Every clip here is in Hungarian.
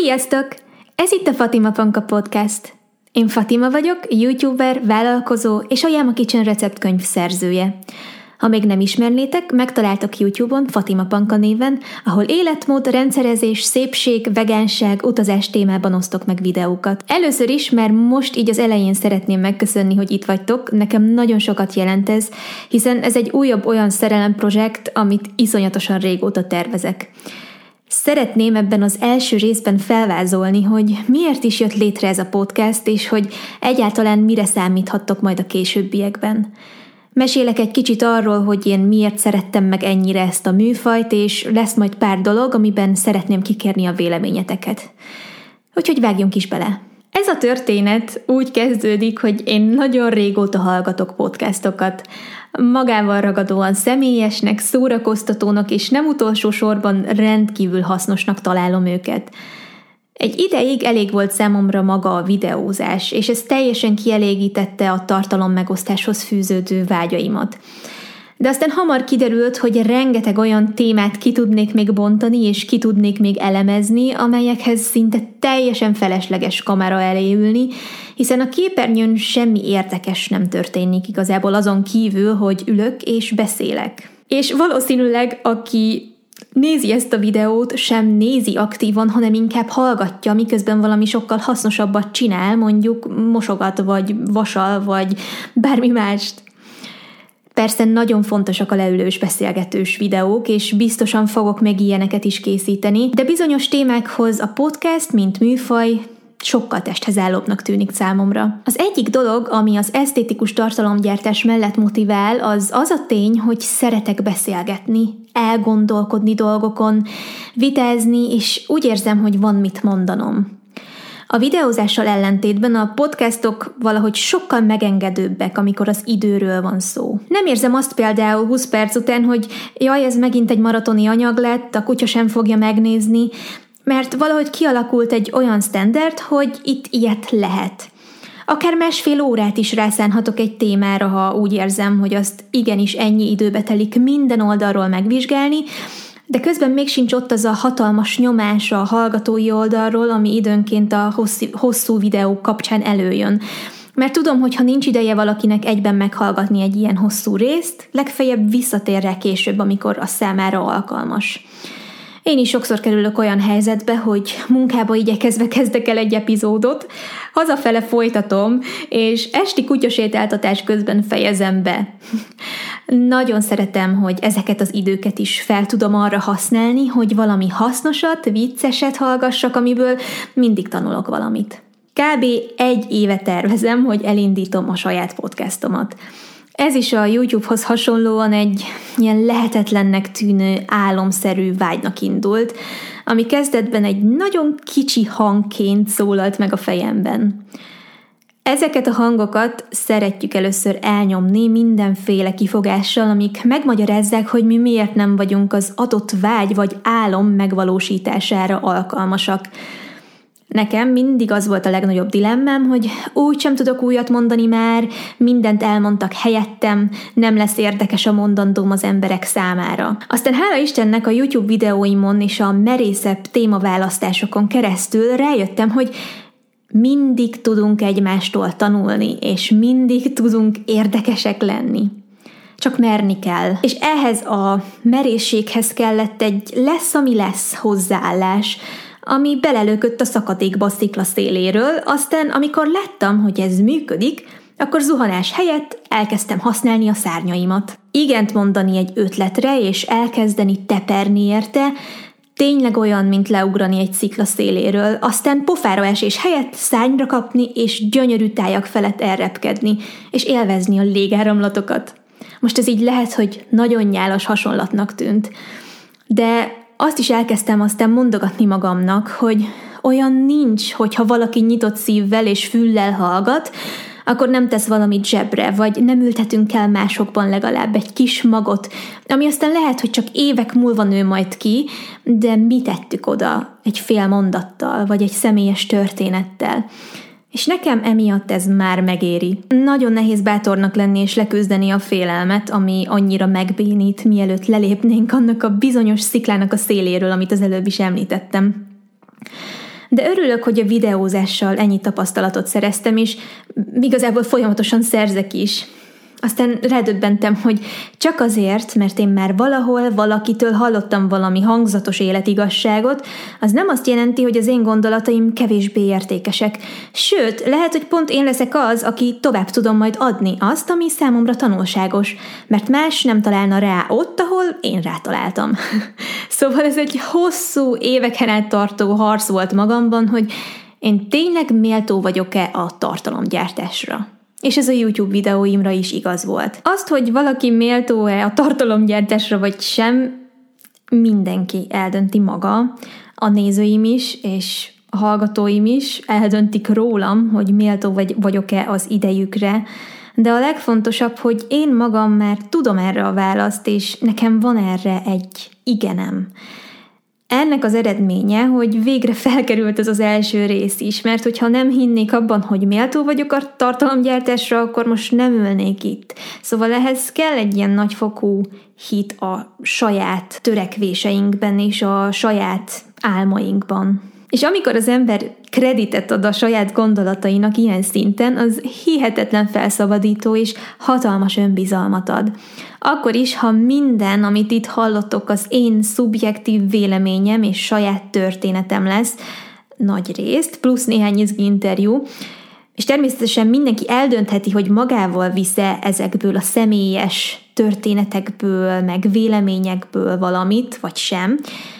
Sziasztok! Ez itt a Fatima Panka Podcast. Én Fatima vagyok, youtuber, vállalkozó és a Yama Kitchen receptkönyv szerzője. Ha még nem ismernétek, megtaláltok YouTube-on Fatima Panka néven, ahol életmód, rendszerezés, szépség, vegánság, utazás témában osztok meg videókat. Először is, mert most így az elején szeretném megköszönni, hogy itt vagytok, nekem nagyon sokat jelent ez, hiszen ez egy újabb olyan szerelemprojekt, amit iszonyatosan régóta tervezek. Szeretném ebben az első részben felvázolni, hogy miért is jött létre ez a podcast, és hogy egyáltalán mire számíthattok majd a későbbiekben. Mesélek egy kicsit arról, hogy én miért szerettem meg ennyire ezt a műfajt, és lesz majd pár dolog, amiben szeretném kikérni a véleményeteket. Úgyhogy vágjunk is bele! Ez a történet úgy kezdődik, hogy én nagyon régóta hallgatok podcastokat. Magával ragadóan személyesnek, szórakoztatónak és nem utolsó sorban rendkívül hasznosnak találom őket. Egy ideig elég volt számomra maga a videózás, és ez teljesen kielégítette a tartalommegosztáshoz fűződő vágyaimat. De aztán hamar kiderült, hogy rengeteg olyan témát ki tudnék még bontani, és ki tudnék még elemezni, amelyekhez szinte teljesen felesleges kamera elé ülni, hiszen a képernyőn semmi érdekes nem történik igazából azon kívül, hogy ülök és beszélek. És valószínűleg, aki nézi ezt a videót, sem nézi aktívan, hanem inkább hallgatja, miközben valami sokkal hasznosabbat csinál, mondjuk mosogat, vagy vasal, vagy bármi mást. Persze nagyon fontosak a leülős beszélgetős videók, és biztosan fogok meg ilyeneket is készíteni, de bizonyos témákhoz a podcast, mint műfaj, sokkal testhez állóbbnak tűnik számomra. Az egyik dolog, ami az esztétikus tartalomgyártás mellett motivál, az a tény, hogy szeretek beszélgetni, elgondolkodni dolgokon, vitázni, és úgy érzem, hogy van mit mondanom. A videózással ellentétben a podcastok valahogy sokkal megengedőbbek, amikor az időről van szó. Nem érzem azt például 20 perc után, hogy jaj, ez megint egy maratoni anyag lett, a kutya sem fogja megnézni, mert valahogy kialakult egy olyan standard, hogy itt ilyet lehet. Akár másfél órát is rászánhatok egy témára, ha úgy érzem, hogy azt igenis ennyi időbe telik minden oldalról megvizsgálni, de közben még sincs ott az a hatalmas nyomás a hallgatói oldalról, ami időnként a hosszú videók kapcsán előjön. Mert tudom, hogy ha nincs ideje valakinek egyben meghallgatni egy ilyen hosszú részt, legfeljebb visszatér rá később, amikor a számára alkalmas. Én is sokszor kerülök olyan helyzetbe, hogy munkába igyekezve kezdek el egy epizódot, hazafele folytatom, és esti kutyasétáltatás közben fejezem be. Nagyon szeretem, hogy ezeket az időket is fel tudom arra használni, hogy valami hasznosat, vicceset hallgassak, amiből mindig tanulok valamit. Kb. 1 éve tervezem, hogy elindítom a saját podcastomat. Ez is a YouTube-hoz hasonlóan egy ilyen lehetetlennek tűnő, álomszerű vágynak indult, ami kezdetben egy nagyon kicsi hangként szólalt meg a fejemben. Ezeket a hangokat szeretjük először elnyomni mindenféle kifogással, amik megmagyarázzák, hogy mi miért nem vagyunk az adott vágy vagy álom megvalósítására alkalmasak. Nekem mindig az volt a legnagyobb dilemmám, hogy úgysem tudok újat mondani már, mindent elmondtak helyettem, nem lesz érdekes a mondandóm az emberek számára. Aztán hála Istennek a YouTube videóimon és a merészebb témaválasztásokon keresztül rájöttem, hogy mindig tudunk egymástól tanulni, és mindig tudunk érdekesek lenni. Csak merni kell. És ehhez a merészséghez kellett egy lesz, ami lesz hozzáállás, ami belelökött a szakadékba a szikla széléről, aztán amikor láttam, hogy ez működik, akkor zuhanás helyett elkezdtem használni a szárnyaimat. Igent mondani egy ötletre, és elkezdeni teperni érte, tényleg olyan, mint leugrani egy szikla széléről, aztán pofára esés helyett szárnyra kapni, és gyönyörű tájak felett elrepkedni, és élvezni a légáramlatokat. Most ez így lehet, hogy nagyon nyálas hasonlatnak tűnt, de azt is elkezdtem aztán mondogatni magamnak, hogy olyan nincs, hogyha valaki nyitott szívvel és füllel hallgat, akkor nem tesz valamit zsebre, vagy nem ültetünk el másokban legalább egy kis magot, ami aztán lehet, hogy csak évek múlva nő majd ki, de mi tettük oda egy fél mondattal, vagy egy személyes történettel. És nekem emiatt ez már megéri. Nagyon nehéz bátornak lenni és leküzdeni a félelmet, ami annyira megbénít, mielőtt lelépnénk annak a bizonyos sziklának a széléről, amit az előbb is említettem. De örülök, hogy a videózással ennyi tapasztalatot szereztem, és igazából folyamatosan szerzek is. Aztán rádöbbentem, hogy csak azért, mert én már valahol valakitől hallottam valami hangzatos életigazságot, az nem azt jelenti, hogy az én gondolataim kevésbé értékesek. Sőt, lehet, hogy pont én leszek az, aki tovább tudom majd adni azt, ami számomra tanulságos, mert más nem találna rá ott, ahol én rátaláltam. Szóval ez egy hosszú, éveken át tartó harc volt magamban, hogy én tényleg méltó vagyok-e a tartalomgyártásra. És ez a YouTube videóimra is igaz volt. Azt, hogy valaki méltó-e a tartalomgyártásra vagy sem, mindenki eldönti maga, a nézőim is, és a hallgatóim is eldöntik rólam, hogy méltó vagyok-e az idejükre, de a legfontosabb, hogy én magam már tudom erre a választ, és nekem van erre egy igenem. Ennek az eredménye, hogy végre felkerült ez az első rész is, mert hogyha nem hinnék abban, hogy méltó vagyok a tartalomgyártásra, akkor most nem ülnék itt. Szóval ehhez kell egy ilyen nagyfokú hit a saját törekvéseinkben és a saját álmainkban. És amikor az ember kreditet ad a saját gondolatainak ilyen szinten, az hihetetlen felszabadító és hatalmas önbizalmat ad. Akkor is, ha minden, amit itt hallottok, az én szubjektív véleményem és saját történetem lesz, nagy részt, plusz néhány izgi interjú, és természetesen mindenki eldöntheti, hogy magával visz-e ezekből a személyes történetekből, meg véleményekből valamit, vagy sem.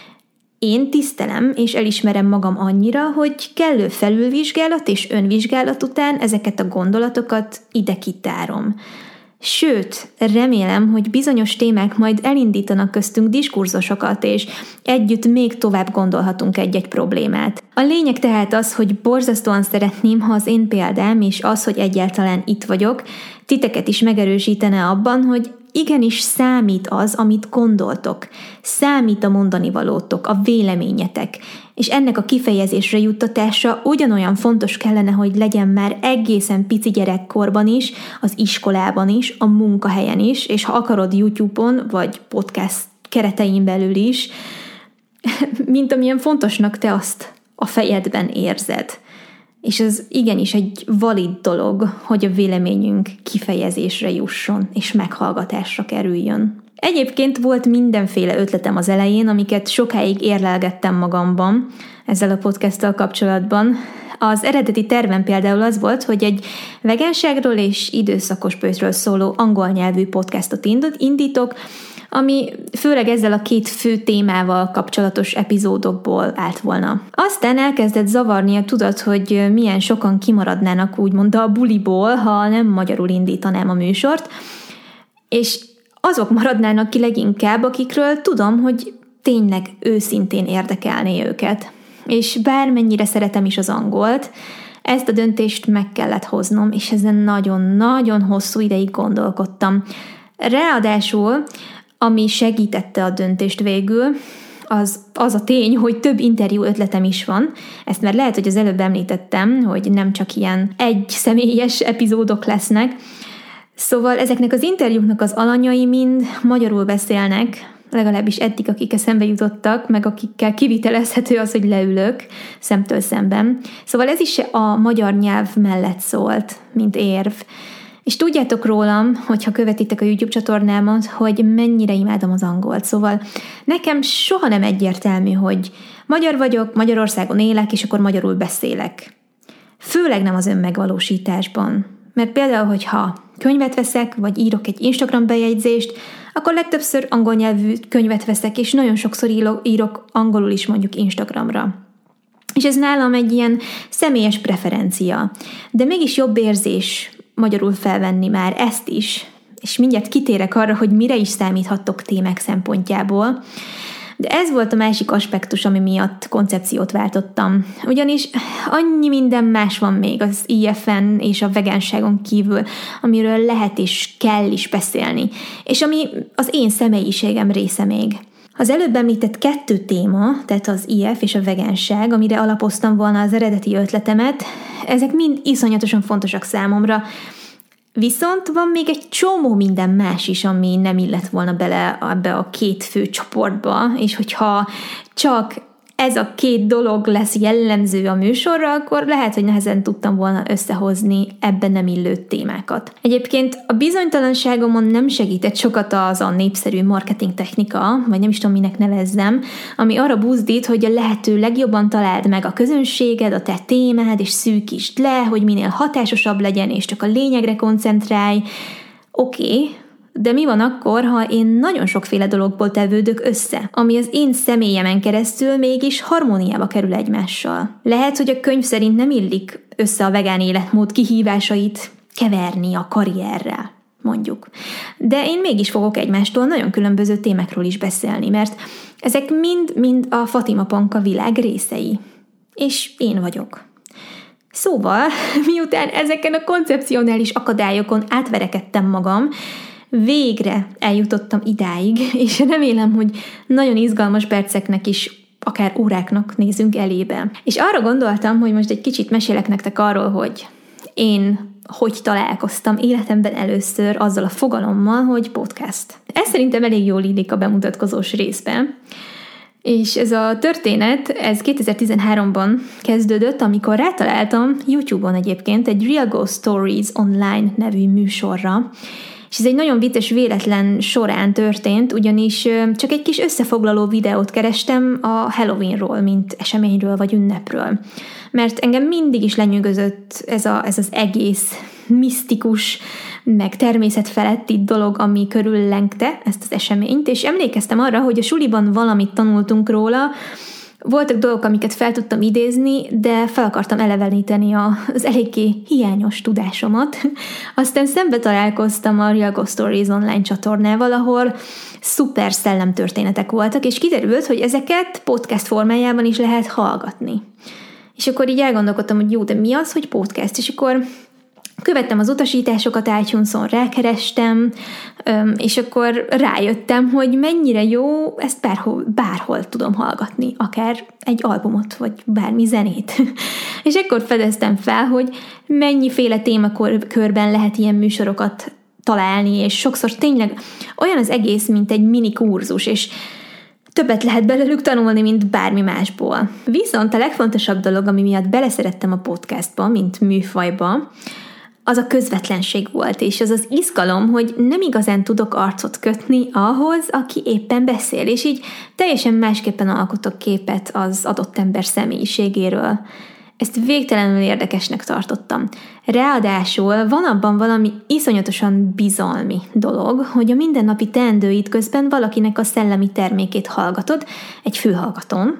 Én tisztelem és elismerem magam annyira, hogy kellő felülvizsgálat és önvizsgálat után ezeket a gondolatokat ide kitárom. Sőt, remélem, hogy bizonyos témák majd elindítanak köztünk diskurzusokat, és együtt még tovább gondolhatunk egy-egy problémát. A lényeg tehát az, hogy borzasztóan szeretném, ha az én példám és az, hogy egyáltalán itt vagyok, titeket is megerősítene abban, hogy igenis számít az, amit gondoltok. Számít a mondani valótok, a véleményetek, és ennek a kifejezésre juttatása ugyanolyan fontos kellene, hogy legyen már egészen pici gyerekkorban is, az iskolában is, a munkahelyen is, és ha akarod YouTube-on, vagy podcast keretein belül is, mint amilyen fontosnak te azt a fejedben érzed. És ez igenis egy valid dolog, hogy a véleményünk kifejezésre jusson, és meghallgatásra kerüljön. Egyébként volt mindenféle ötletem az elején, amiket sokáig érlelgettem magamban ezzel a podcasttal kapcsolatban. Az eredeti tervem például az volt, hogy egy vegánságról és időszakos bőtről szóló angol nyelvű podcastot indítok, ami főleg ezzel a két fő témával kapcsolatos epizódokból állt volna. Aztán elkezdett zavarni a tudat, hogy milyen sokan kimaradnának úgymond a buliból, ha nem magyarul indítanám a műsort, és azok maradnának ki leginkább, akikről tudom, hogy tényleg őszintén érdekelné őket. És bármennyire szeretem is az angolt, ezt a döntést meg kellett hoznom, és ezen nagyon-nagyon hosszú ideig gondolkodtam. Ráadásul, ami segítette a döntést végül, az a tény, hogy több interjú ötletem is van. Ezt már lehet, hogy az előbb említettem, hogy nem csak ilyen egy személyes epizódok lesznek. Szóval ezeknek az interjúknak az alanyai mind magyarul beszélnek, legalábbis eddig, akik eszembe jutottak, meg akikkel kivitelezhető az, hogy leülök szemtől szemben. Szóval ez is a magyar nyelv mellett szólt, mint érv. És tudjátok rólam, hogyha követitek a YouTube csatornámat, hogy mennyire imádom az angolt. Szóval nekem soha nem egyértelmű, hogy magyar vagyok, Magyarországon élek, és akkor magyarul beszélek. Főleg nem az önmegvalósításban. Mert például, hogyha könyvet veszek, vagy írok egy Instagram bejegyzést, akkor legtöbbször angol nyelvű könyvet veszek, és nagyon sokszor írok angolul is mondjuk Instagramra. És ez nálam egy ilyen személyes preferencia. De mégis jobb érzés magyarul felvenni már ezt is, és mindjárt kitérek arra, hogy mire is számíthattok témák szempontjából. De ez volt a másik aspektus, ami miatt koncepciót váltottam. Ugyanis annyi minden más van még az IF-en és a vegánságon kívül, amiről lehet és kell is beszélni, és ami az én személyiségem része még. Az előbb említett 2 téma, tehát az IF és a vegánság, amire alapoztam volna az eredeti ötletemet, ezek mind iszonyatosan fontosak számomra, viszont van még egy csomó minden más is, ami nem illett volna bele ebbe a 2 fő csoportba, és hogyha csak ez a két dolog lesz jellemző a műsorra, akkor lehet, hogy nehezen tudtam volna összehozni ebben nem illő témákat. Egyébként a bizonytalanságomon nem segített sokat az a népszerű marketing technika, vagy nem is tudom, minek nevezzem, ami arra buzdít, hogy a lehető legjobban találd meg a közönséged, a te témád, és szűkítsd le, hogy minél hatásosabb legyen, és csak a lényegre koncentrálj. Oké, de mi van akkor, ha én nagyon sokféle dologból tevődök össze, ami az én személyemen keresztül mégis harmóniába kerül egymással? Lehet, hogy a könyv szerint nem illik össze a vegán életmód kihívásait keverni a karrierrel, mondjuk. De én mégis fogok egymástól nagyon különböző témákról is beszélni, mert ezek mind a Fatima Panka világ részei. És én vagyok. Szóval, miután ezeken a koncepcionális akadályokon átverekedtem magam, végre eljutottam idáig, és remélem, hogy nagyon izgalmas perceknek is, akár óráknak nézünk elébe. És arra gondoltam, hogy most egy kicsit mesélek nektek arról, hogy én hogy találkoztam életemben először azzal a fogalommal, hogy podcast. Ez szerintem elég jól illik a bemutatkozós részbe. És ez a történet, ez 2013-ban kezdődött, amikor rátaláltam YouTube-on egyébként egy Real Ghost Stories Online nevű műsorra, és ez egy nagyon vicces véletlen során történt, ugyanis csak egy kis összefoglaló videót kerestem a Halloweenról, mint eseményről vagy ünnepről. Mert engem mindig is lenyűgözött ez az egész misztikus, meg természetfeletti dolog, ami körüllengte ezt az eseményt, és emlékeztem arra, hogy a suliban valamit tanultunk róla. Voltak dolgok, amiket fel tudtam idézni, de fel akartam eleveníteni az eléggé hiányos tudásomat. Aztán szembe találkoztam a Real Ghost Stories online csatornával, ahol szuper szellemtörténetek voltak, és kiderült, hogy ezeket podcast formájában is lehet hallgatni. És akkor így elgondolkodtam, hogy jó, de mi az, hogy podcast? És akkor követtem az utasításokat, iTunes-on rákerestem, és akkor rájöttem, hogy mennyire jó, ezt bárhol tudom hallgatni, akár egy albumot, vagy bármi zenét. És akkor fedeztem fel, hogy mennyiféle témakörben lehet ilyen műsorokat találni, és sokszor tényleg olyan az egész, mint egy mini kurzus, és többet lehet belőlük tanulni, mint bármi másból. Viszont a legfontosabb dolog, ami miatt beleszerettem a podcastba, mint műfajba, az a közvetlenség volt, és az az izgalom, hogy nem igazán tudok arcot kötni ahhoz, aki éppen beszél, és így teljesen másképpen alkotok képet az adott ember személyiségéről. Ezt végtelenül érdekesnek tartottam. Ráadásul van abban valami iszonyatosan bizalmi dolog, hogy a mindennapi teendőid közben valakinek a szellemi termékét hallgatod egy fülhallgatón,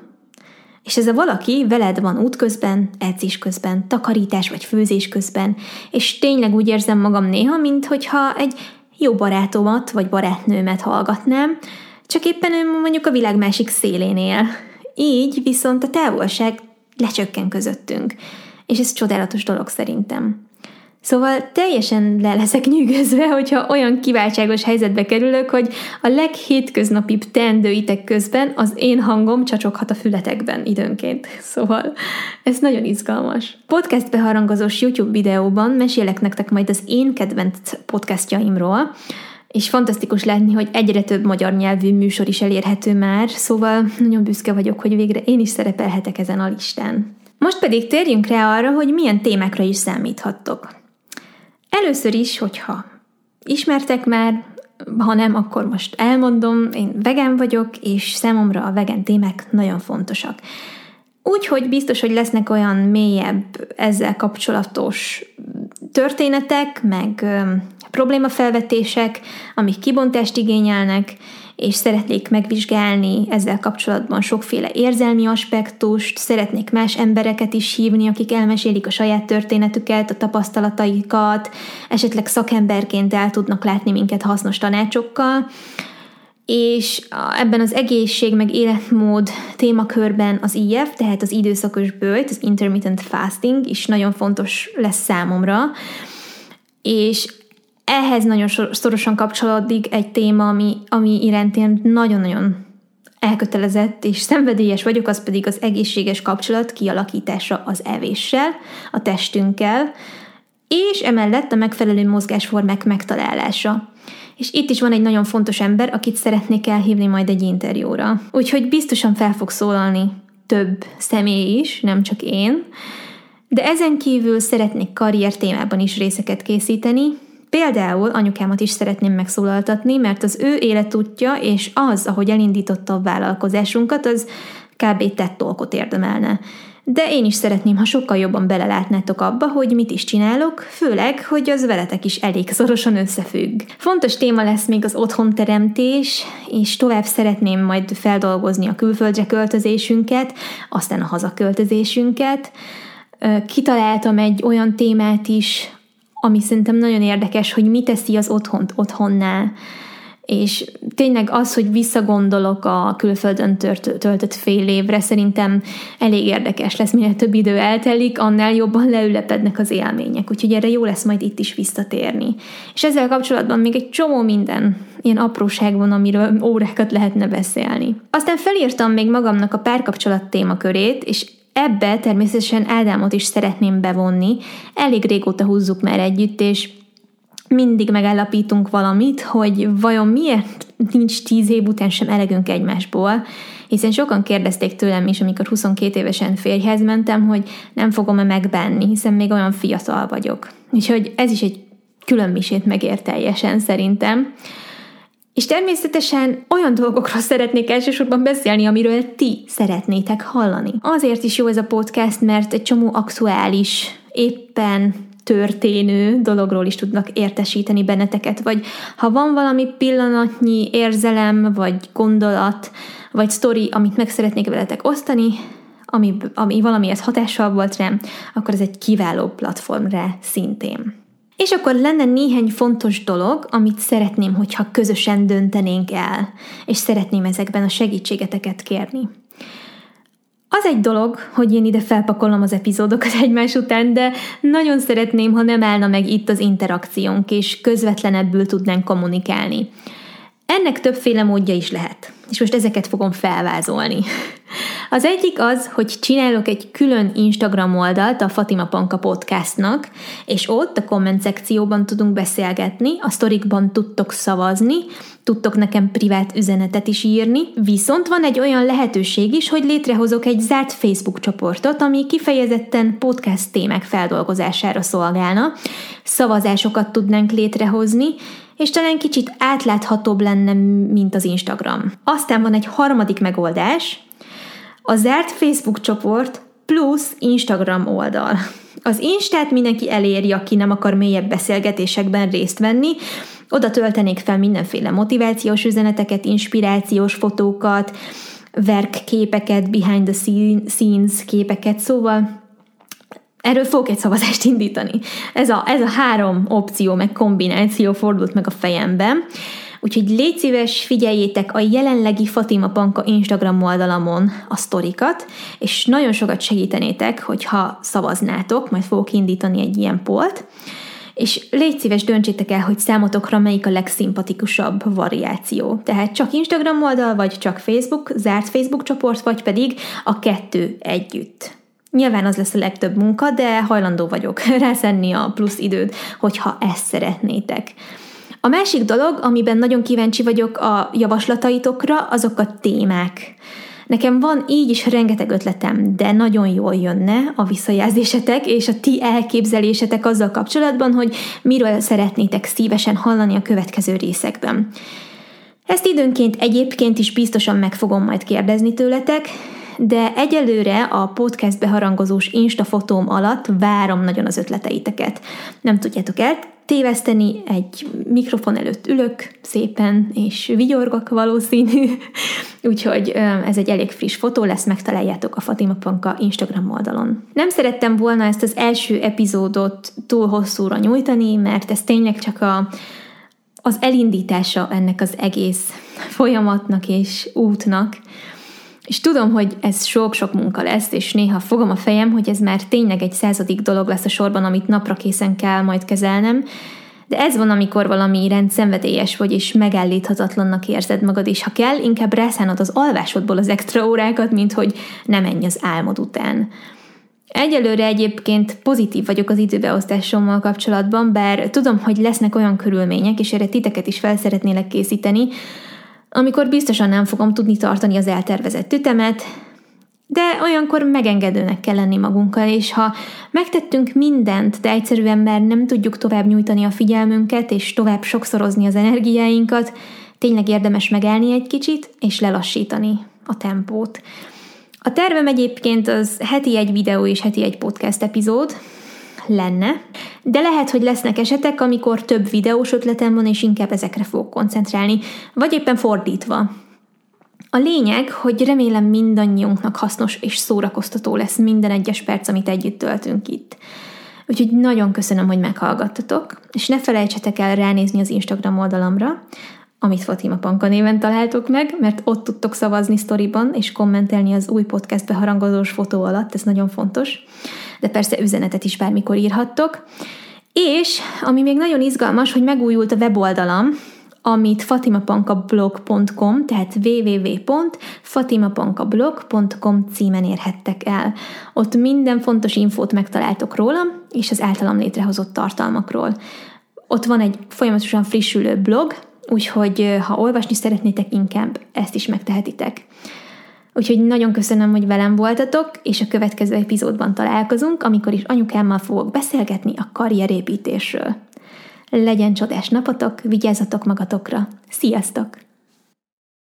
és ez a valaki veled van útközben, edzés közben, takarítás vagy főzés közben, és tényleg úgy érzem magam néha, minthogyha egy jó barátomat vagy barátnőmet hallgatnám, csak éppen ő mondjuk a világ másik szélén él. Így viszont a távolság lecsökken közöttünk, és ez csodálatos dolog szerintem. Szóval teljesen le leszek nyűgözve, hogyha olyan kiváltságos helyzetbe kerülök, hogy a leghétköznapibb teendőitek közben az én hangom csacsoghat a fületekben időnként. Szóval ez nagyon izgalmas. Podcast beharangozós YouTube videóban mesélek nektek majd az én kedvenc podcastjaimról, és fantasztikus látni, hogy egyre több magyar nyelvű műsor is elérhető már, szóval nagyon büszke vagyok, hogy végre én is szerepelhetek ezen a listán. Most pedig térjünk rá arra, hogy milyen témákra is számíthattok. Először is, hogyha ismertek már, ha nem, akkor most elmondom, én vegán vagyok, és számomra a vegán témák nagyon fontosak. Úgyhogy biztos, hogy lesznek olyan mélyebb ezzel kapcsolatos történetek, meg problémafelvetések, amik kibontást igényelnek, és szeretnék megvizsgálni ezzel kapcsolatban sokféle érzelmi aspektust, szeretnék más embereket is hívni, akik elmesélik a saját történetüket, a tapasztalataikat, esetleg szakemberként el tudnak látni minket hasznos tanácsokkal, és ebben az egészség meg életmód témakörben az IF, tehát az időszakos böjt, az intermittent fasting is nagyon fontos lesz számomra, és ehhez nagyon szorosan kapcsolódik egy téma, ami iránt én nagyon-nagyon elkötelezett és szenvedélyes vagyok, az pedig az egészséges kapcsolat kialakítása az evéssel, a testünkkel, és emellett a megfelelő mozgásformák megtalálása. És itt is van egy nagyon fontos ember, akit szeretnék elhívni majd egy interjúra. Úgyhogy biztosan fel fog szólalni több személy is, nem csak én. De ezen kívül szeretnék karrier témában is részeket készíteni. Például anyukámat is szeretném megszólaltatni, mert az ő életútja és az, ahogy elindította a vállalkozásunkat, az kb. TED-talkot érdemelne. De én is szeretném, ha sokkal jobban belelátnátok abba, hogy mit is csinálok, főleg, hogy az veletek is elég szorosan összefügg. Fontos téma lesz még az otthonteremtés, és tovább szeretném majd feldolgozni a külföldre költözésünket, aztán a hazaköltözésünket. Kitaláltam egy olyan témát is, ami szerintem nagyon érdekes, hogy mi teszi az otthont otthonná. És tényleg az, hogy visszagondolok a külföldön töltött fél évre, szerintem elég érdekes lesz, minél több idő eltelik, annál jobban leülepednek az élmények, úgyhogy erre jó lesz majd itt is visszatérni. És ezzel kapcsolatban még egy csomó minden ilyen apróság van, amiről órákat lehetne beszélni. Aztán felírtam még magamnak a párkapcsolat témakörét, és ebbe természetesen Ádámot is szeretném bevonni. Elég régóta húzzuk már együtt, és mindig megállapítunk valamit, hogy vajon miért nincs 10 év után sem elegünk egymásból, hiszen sokan kérdezték tőlem is, amikor 22 évesen férjhez mentem, hogy nem fogom-e megbánni, hiszen még olyan fiatal vagyok. Úgyhogy ez is egy külön misét megér teljesen szerintem. És természetesen olyan dolgokról szeretnék elsősorban beszélni, amiről ti szeretnétek hallani. Azért is jó ez a podcast, mert egy csomó aktuális, éppen történő dologról is tudnak értesíteni benneteket, vagy ha van valami pillanatnyi érzelem, vagy gondolat, vagy sztori, amit meg szeretnék veletek osztani, ami valamihez hatással volt rám, akkor ez egy kiváló platform rá szintén. És akkor lenne néhány fontos dolog, amit szeretném, hogyha közösen döntenénk el, és szeretném ezekben a segítségeteket kérni. Az egy dolog, hogy én ide felpakolom az epizódokat egymás után, de nagyon szeretném, ha nem állna meg itt az interakciónk, és közvetlenebbül tudnánk kommunikálni. Ennek többféle módja is lehet, és most ezeket fogom felvázolni. Az egyik az, hogy csinálok egy külön Instagram oldalt a Fatima Panka podcastnak, és ott a komment szekcióban tudunk beszélgetni, a sztorikban tudtok szavazni, tudtok nekem privát üzenetet is írni, viszont van egy olyan lehetőség is, hogy létrehozok egy zárt Facebook csoportot, ami kifejezetten podcast témák feldolgozására szolgálna, szavazásokat tudnánk létrehozni, és talán kicsit átláthatóbb lenne, mint az Instagram. Aztán van egy harmadik megoldás, a zárt Facebook csoport plusz Instagram oldal. Az Instát mindenki eléri, aki nem akar mélyebb beszélgetésekben részt venni, oda töltenék fel mindenféle motivációs üzeneteket, inspirációs fotókat, verkképeket, behind the scenes képeket, szóval erről fogok egy szavazást indítani. Ez a 3 opció meg kombináció fordult meg a fejemben. Úgyhogy légy szíves, figyeljétek a jelenlegi Fatima Panka Instagram oldalamon a sztorikat, és nagyon sokat segítenétek, hogyha szavaznátok, majd fogok indítani egy ilyen pollt, és légy szíves, döntsétek el, hogy számotokra melyik a legszimpatikusabb variáció. Tehát csak Instagram oldal, vagy csak Facebook, zárt Facebook csoport, vagy pedig a 2 együtt. Nyilván az lesz a legtöbb munka, de hajlandó vagyok rászenni a plusz időt, hogyha ezt szeretnétek. A másik dolog, amiben nagyon kíváncsi vagyok a javaslataitokra, azok a témák. Nekem van így is rengeteg ötletem, de nagyon jól jönne a visszajelzésetek és a ti elképzelésetek azzal kapcsolatban, hogy miről szeretnétek szívesen hallani a következő részekben. Ezt időnként egyébként is biztosan meg fogom majd kérdezni tőletek, de egyelőre a podcast beharangozós Insta-fotóm alatt várom nagyon az ötleteiteket. Nem tudjátok eltéveszteni, egy mikrofon előtt ülök szépen, és vigyorgok valószínű, úgyhogy ez egy elég friss fotó lesz, megtaláljátok a Fatima Panka Instagram oldalon. Nem szerettem volna ezt az első epizódot túl hosszúra nyújtani, mert ez tényleg csak az elindítása ennek az egész folyamatnak és útnak. És tudom, hogy ez sok-sok munka lesz, és néha fogom a fejem, hogy ez már tényleg egy 100. dolog lesz a sorban, amit napra készen kell majd kezelnem, de ez van, amikor valami iránt szenvedélyes vagy, és megállíthatatlannak érzed magad, és ha kell, inkább rászánod az alvásodból az extra órákat, mint hogy ne menj az álmod után. Egyelőre egyébként pozitív vagyok az időbeosztásommal kapcsolatban, bár tudom, hogy lesznek olyan körülmények, és erre titeket is fel szeretnélek készíteni, amikor biztosan nem fogom tudni tartani az eltervezett ütemet, De olyankor megengedőnek kell lenni magunkkal, és ha megtettünk mindent, de egyszerűen már nem tudjuk tovább nyújtani a figyelmünket, és tovább sokszorozni az energiáinkat, tényleg érdemes megállni egy kicsit, és lelassítani a tempót. A tervem egyébként az heti egy videó és heti egy podcast epizód lenne, de lehet, hogy lesznek esetek, amikor több videós ötletem van, és inkább ezekre fogok koncentrálni, vagy éppen fordítva. A lényeg, hogy remélem mindannyiunknak hasznos és szórakoztató lesz minden egyes perc, amit együtt töltünk itt. Úgyhogy nagyon köszönöm, hogy meghallgattatok, és ne felejtsetek el ránézni az Instagram oldalamra, amit Fatima Panka néven találtok meg, mert ott tudtok szavazni sztoriban, és kommentelni az új podcastbe harangozós fotó alatt, ez nagyon fontos, de persze üzenetet is bármikor írhattok. És, ami még nagyon izgalmas, hogy megújult a weboldalam, amit fatimapankablog.com, tehát www.fatimapankablog.com címen érhettek el. Ott minden fontos infót megtaláltok rólam, és az általam létrehozott tartalmakról. Ott van egy folyamatosan frissülő blog, úgyhogy ha olvasni szeretnétek, inkább ezt is megtehetitek. Úgyhogy nagyon köszönöm, hogy velem voltatok, és a következő epizódban találkozunk, amikor is anyukámmal fogok beszélgetni a karrierépítésről. Legyen csodás napotok, vigyázzatok magatokra! Sziasztok!